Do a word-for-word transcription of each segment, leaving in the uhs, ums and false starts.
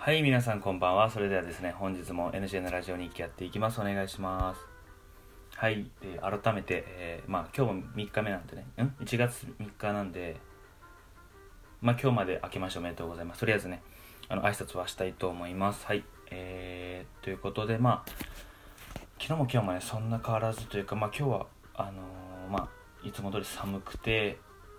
はい、皆さんこんばんは。それではですね、本日も エヌジェー のラジオ日記やっていきます。お願いします。はい、えー改めて、えーまあ今日もみっかめなんでね、ん ?いち 月みっかなんで、まあ今日まで明けましておめでとうございます。とりあえずね、あの挨拶はしたいと思います。はい、えー、ということで、まあ昨日も今日もね、そんな変わらずというか、まあ今日はあのーまあいつも通り寒くて、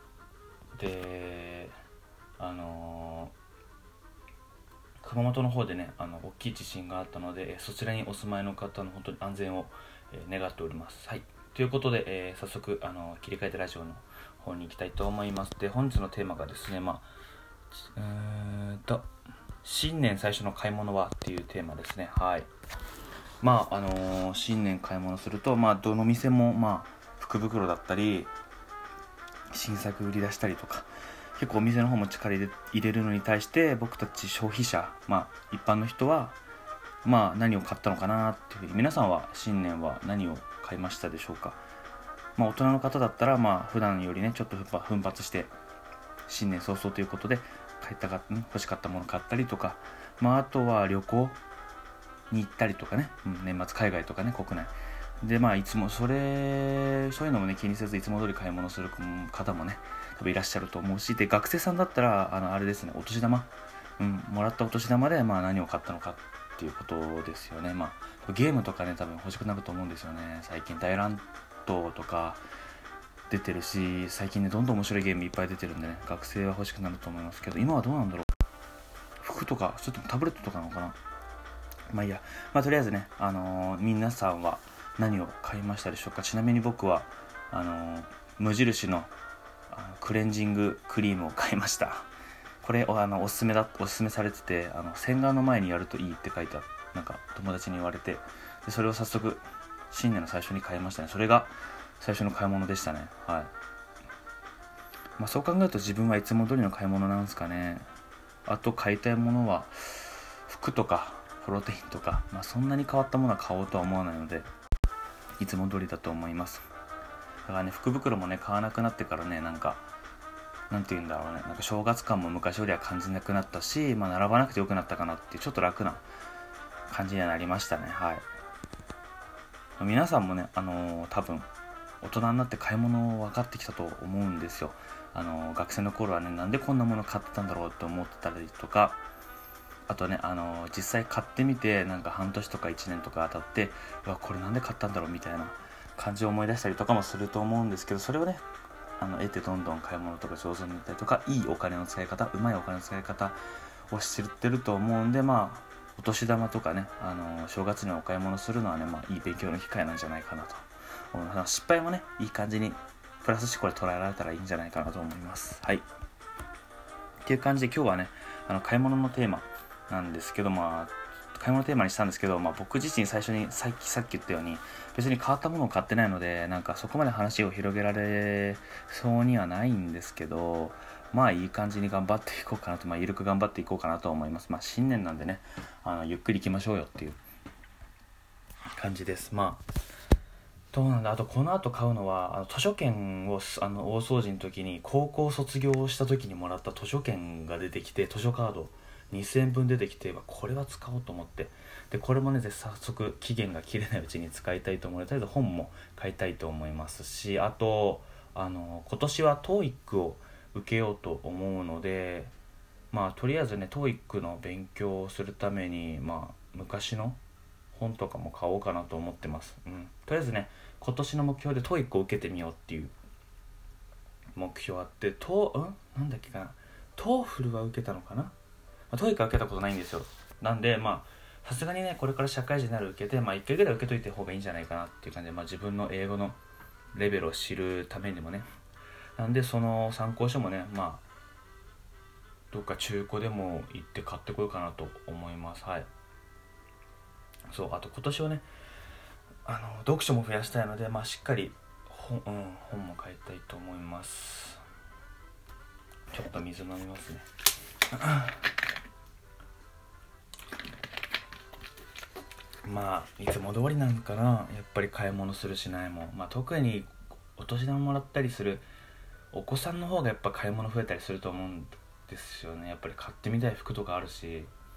で、あのー熊本の方でね、あの大きい地震があったので、そちらにお住まいの方の本当に安全を、えー願っております。はい。ということで、えー早速あの切り替えてラジオの方に行きたいと思います。で、本日のテーマがですね、まあ、えーと、新年最初の買い物はっていうテーマですね。はい。まあ、あのー新年買い物すると、まあ、どの店も、まあ、福袋だったり、新作売り出したりとか、結構お店の方も力入れ入れるのに対して僕たち消費者、まあ一般の人はまあ何を買ったのかなっていうふうに、皆さんは新年は何を買いましたでしょうか。まあ大人の方だったらまあ普段よりねちょっと奮発して新年早々ということで買いたかった欲しかったもの買ったりとか、まああとは旅行に行ったりとかね、うん、年末海外とかね国内で、まあいつもそれそういうのもね気にせずいつも通り買い物する方もね多分いらっしゃると思うし、で学生さんだったらあのあれですね、お年玉、うん、もらったお年玉でまあ何を買ったのかっていうことですよね。まあゲームとかね多分欲しくなると思うんですよね。最近大乱闘とか出てるし、最近ねどんどん面白いゲームいっぱい出てるんでね、学生は欲しくなると思いますけど、今はどうなんだろう、服とかそれともタブレットとかなのかな。まあいいや、まあとりあえずね、あのー、皆さんは何を買いましたでしょうか。ちなみに僕はあのー、無印のあのクレンジングクリームを買いました。これあのおすすめだおすすめされてて、あの洗顔の前にやるといいって書いてある、なんか友達に言われて、でそれを早速新年の最初に買いましたね。それが最初の買い物でしたね。はい。まあそう考えると自分はいつも通りの買い物なんですかね。あと買いたいものは服とかプロテインとか、まあそんなに変わったものは買おうとは思わないので、いつも通りだと思います。だからね、福袋もね買わなくなってからね、なんかなんて言うんだろうね、なんか正月感も昔よりは感じなくなったし、まあ並ばなくてよくなったかなっていうちょっと楽な感じにはなりましたね。はい。皆さんもね、あのー、多分大人になって買い物分かってきたと思うんですよ。あのー、学生の頃はね、なんでこんなもの買ってたんだろうって思ってたりとか、あとね、あのー、実際買ってみてなんか半年とかいちねんとか当たって、うわこれなんで買ったんだろうみたいな感じを思い出したりとかもすると思うんですけど、それをねあの得てどんどん買い物とか上手になったりとか、いいお金の使い方、うまいお金の使い方を知ってると思うんで、まあお年玉とかね、あの正月にお買い物するのはね、まあいい勉強の機会なんじゃないかなと思います。失敗もねいい感じにプラス思考で捉えられたらいいんじゃないかなと思います。はい。っていう感じで今日はね、あの買い物のテーマなんですけど、まあ買い物テーマにしたんですけど、まあ、僕自身最初にさっきさっき言ったように別に変わったものを買ってないので、なんかそこまで話を広げられそうにはないんですけど、まあいい感じに頑張っていこうかなと、まあ緩く頑張っていこうかなと思います。まあ新年なんでね、あのゆっくり行きましょうよっていう感じです。まあどうなんだ。あとこの後買うのはあの図書券をあの大掃除の時に、高校卒業した時にもらった図書券が出てきて、図書カードにせんえんぶん出てきて、これは使おうと思って、でこれもね早速期限が切れないうちに使いたいと思うので、とりあえず本も買いたいと思いますし、あとあの今年は トーイック を受けようと思うので、まあとりあえずね トーイック の勉強をするために、まあ昔の本とかも買おうかなと思ってます。うん、とりあえずね今年の目標で トーイック を受けてみようっていう目標あって、とんなんだっけかな、トーフルは受けたのかな、トーイック は受けたことないんですよ。なんでまあさすがにねこれから社会人になる受けて、まあいっかいぐらい受けといた方がいいんじゃないかなっていう感じで、まあ自分の英語のレベルを知るためにもね、なんでその参考書もね、まあどっか中古でも行って買ってこようかなと思います。はい。そう、あと今年はね、あの読書も増やしたいので、まあしっかり本、うん、本も買いたいと思います。ちょっと水飲みますね。まあいつも通りなんかな、やっぱり買い物するしないも、まあ特にお年玉もらったりするお子さんの方がやっぱ買い物増えたりすると思うんですよね。やっぱり買ってみたい服とかあるし、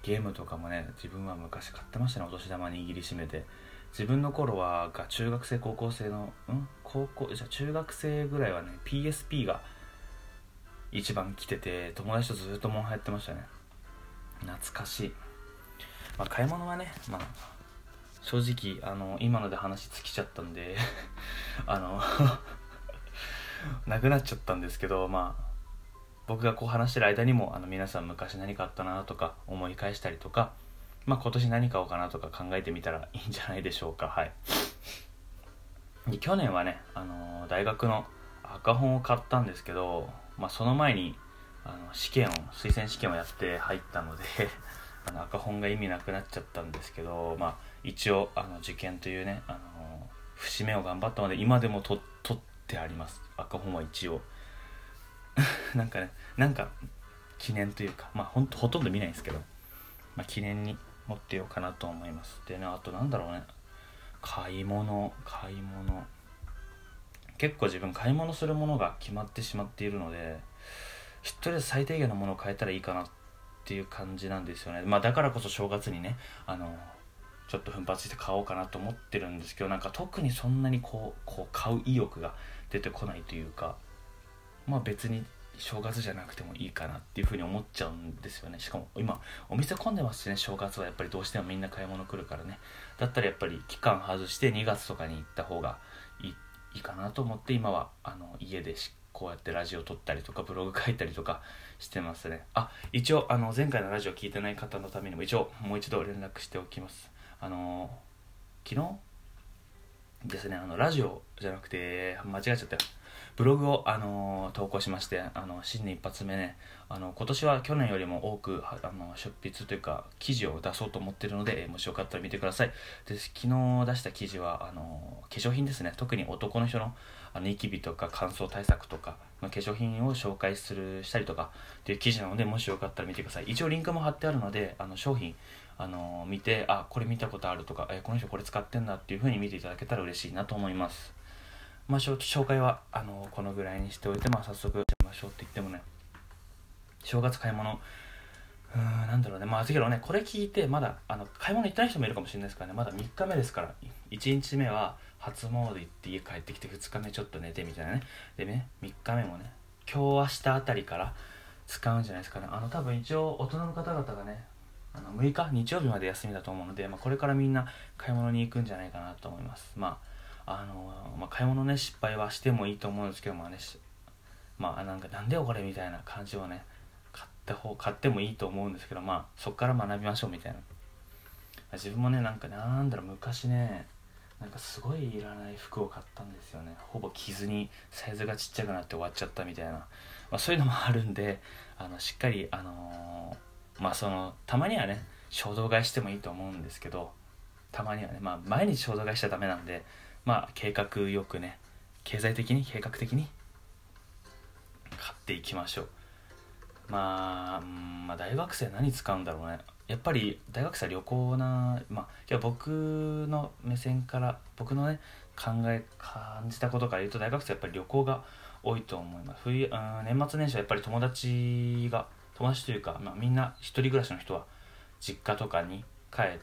ゲームとかもね自分は昔買ってましたね、お年玉握りしめて。自分の頃はが中学生高校生のん高校じゃ中学生ぐらいはね ピーエスピー が一番来てて、友達とずっとモンハンやってましたね。懐かしい。まあ買い物はね、まあ正直あの今ので話尽きちゃったんであのなくなっちゃったんですけど、まあ僕がこう話してる間にもあの皆さん昔何かあったなとか思い返したりとか、まあ今年何買おうかなとか考えてみたらいいんじゃないでしょうか。はい。で去年はね、あのー大学の赤本を買ったんですけど、まあその前にあの試験を推薦試験をやって入ったのであの赤本が意味なくなっちゃったんですけど、まあ一応あの受験というね、あのー節目を頑張ったので今でもと取ってあります、赤本は一応なんかね、なんか記念というか、まあほんとほとんど見ないんですけど、まあ、記念に持ってようかなと思います。でね、あとなんだろうね、買い物買い物結構自分買い物するものが決まってしまっているので、とりあえず最低限のものを買えたらいいかなっていう感じなんですよね。まあだからこそ正月にね、あのちょっと奮発して買おうかなと思ってるんですけど、なんか特にそんなにこうこう買う意欲が出てこないというか、まあ別に正月じゃなくてもいいかなっていうふうに思っちゃうんですよね。しかも今お店混んでますしね、正月はやっぱりどうしてもみんな買い物来るからね。だったらやっぱり期間外してにがつとかに行った方がいい、いいかなと思って、今はあの家でしこうやってラジオ撮ったりとかブログ書いたりとかしてますね。あ、一応あの前回のラジオ聞いてない方のためにも一応もう一度連絡しておきます。あの昨日ですね、あのラジオじゃなくて間違えちゃったよ、ブログを、あのー投稿しまして、あの新年一発目ね、あの今年は去年よりも多くあの出筆というか記事を出そうと思っているので、えーもしよかったら見てください。で昨日出した記事はあの化粧品ですね、特に男の人のあのニキビとか乾燥対策とかの化粧品を紹介するしたりとかっていう記事なので、もしよかったら見てください。一応リンクも貼ってあるので、あの商品あの見て、あこれ見たことあるとか、えこの人これ使ってんだっていう風に見ていただけたら嬉しいなと思います。まあ、紹介はあのこのぐらいにしておいて、まあ、早速しましょうって言ってもね、正月買い物、うーんなんだろうね、まあだけどね、これ聞いてまだあの買い物行ってない人もいるかもしれないですからね、まだみっかめですから。いちにちめは初詣行って家帰ってきて、ふつかめちょっと寝てみたいなね。でね、みっかめもね、今日明日あたりから使うんじゃないですかね。あの多分一応大人の方々がね、あのむいか日曜日まで休みだと思うので、まあ、これからみんな買い物に行くんじゃないかなと思います。まああのまあ、買い物ね、失敗はしてもいいと思うんですけど、まあね、まあなんかなんでよこれみたいな感じをね、買った方買ってもいいと思うんですけど、まあそこから学びましょうみたいな。自分もね、なんかなんだろう、昔ね、なんかすごいいらない服を買ったんですよね。ほぼ着ずにサイズがちっちゃくなって終わっちゃったみたいな、まあ、そういうのもあるんで、あのしっかりあのー、まあそのたまにはね衝動買いしてもいいと思うんですけど、たまにはね、まあ毎日衝動買いしちゃダメなんで、まあ計画よくね、経済的に計画的に買っていきましょう。まあ、うん、まあ大学生何使うんだろうね。やっぱり大学生は旅行な、まあいや僕の目線から僕のね考え感じたことから言うと、大学生はやっぱり旅行が多いと思います。冬、うん、年末年始はやっぱり友達が友達というか、まあ、みんな一人暮らしの人は実家とかに帰って、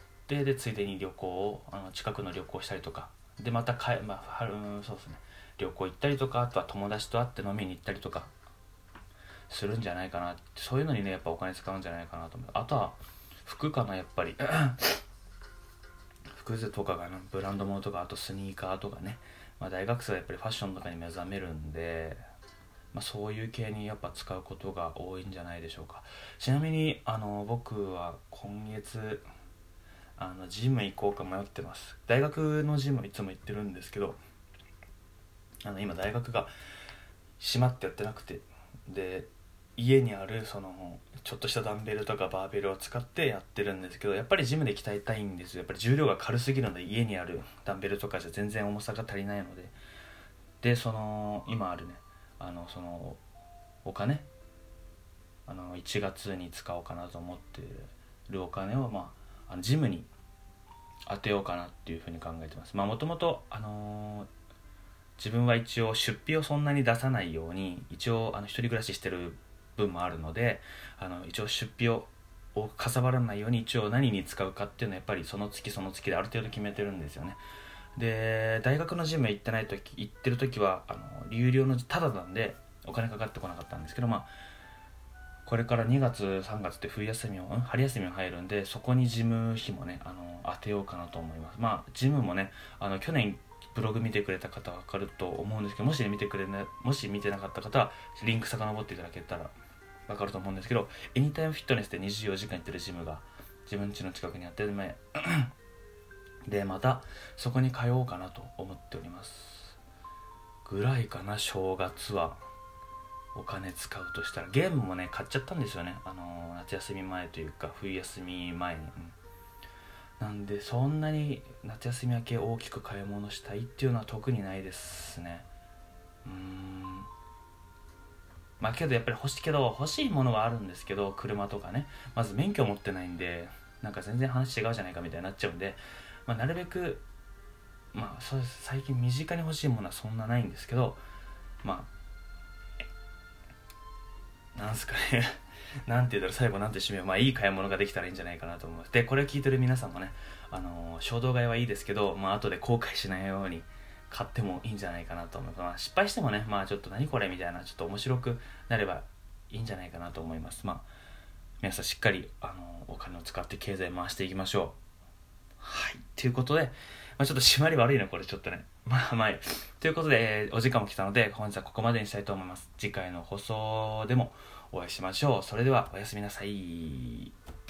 でついでに旅行をあの近くの旅行したりとかで、また帰、まあ春、そうですね、旅行行ったりとか、あとは友達と会って飲みに行ったりとかするんじゃないかな。そういうのにねやっぱお金使うんじゃないかなと思う。あとは服かな、やっぱり服とかがな、ブランド物とか、あとスニーカーとかね、まあ、大学生はやっぱりファッションとかに目覚めるんで、まあ、そういう系にやっぱ使うことが多いんじゃないでしょうか。ちなみにあの僕は今月あのジム行こうか迷ってます。大学のジムいつも行ってるんですけど、あの今大学が閉まってやってなくて、で家にあるそのちょっとしたダンベルとかバーベルを使ってやってるんですけど、やっぱりジムで鍛えたいんですよ。やっぱり重量が軽すぎるので、家にあるダンベルとかじゃ全然重さが足りないので、でその今あるね、あのそのお金、あのいちがつに使おうかなと思ってるお金を、まあ、あのジムに当てようかなっていうふうに考えてます。まあもともとあのー自分は一応出費をそんなに出さないように、一応あの一人暮らししてる分もあるので、あの一応出費ををかさばらないように一応何に使うかっていうのはやっぱりその月その月である程度決めてるんですよね。で大学のジム行ってない時行ってる時はあの有料のタダなんでお金かかってこなかったんですけど、まあこれからにがつさんがつって冬休みを、うん、春休みを入るんで、そこにジム費もねあの当てようかなと思います。まあジムもねあの去年ブログ見てくれた方は分かると思うんですけど、もし見てくれなもし見てなかった方はリンク遡っていただけたら分かると思うんですけど、エニタイムフィットネスでにじゅうよじかん行ってるジムが自分家の近くにあってる前で、またそこに通おうかなと思っておりますぐらいかな。正月はお金使うとしたらゲームもね買っちゃったんですよね、あのー、夏休み前というか冬休み前に、うん、なんでそんなに夏休み明け大きく買い物したいっていうのは特にないですね。うーんまあけどやっぱり欲しいけど欲しいものはあるんですけど、車とかね、まず免許持ってないんでなんか全然話違うじゃないかみたいになっちゃうんで、まあ、なるべくまあそうです、最近身近に欲しいものはそんなないんですけど、まあなんすかねなんて言うだろう、最後なんて締めよう、まあいい買い物ができたらいいんじゃないかなと思います。でこれを聞いてる皆さんもね、あのー、衝動買いはいいですけど、まあ後で後悔しないように買ってもいいんじゃないかなと思います。まあ、失敗してもね、まあちょっと何これみたいな、ちょっと面白くなればいいんじゃないかなと思います。まあ皆さんしっかり、あのー、お金を使って経済回していきましょう。はい、ということで、まあ、ちょっと締まり悪いなこれちょっとね、まあまあということで、えーお時間も来たので本日はここまでにしたいと思います。次回の放送でもお会いしましょう。それではおやすみなさい。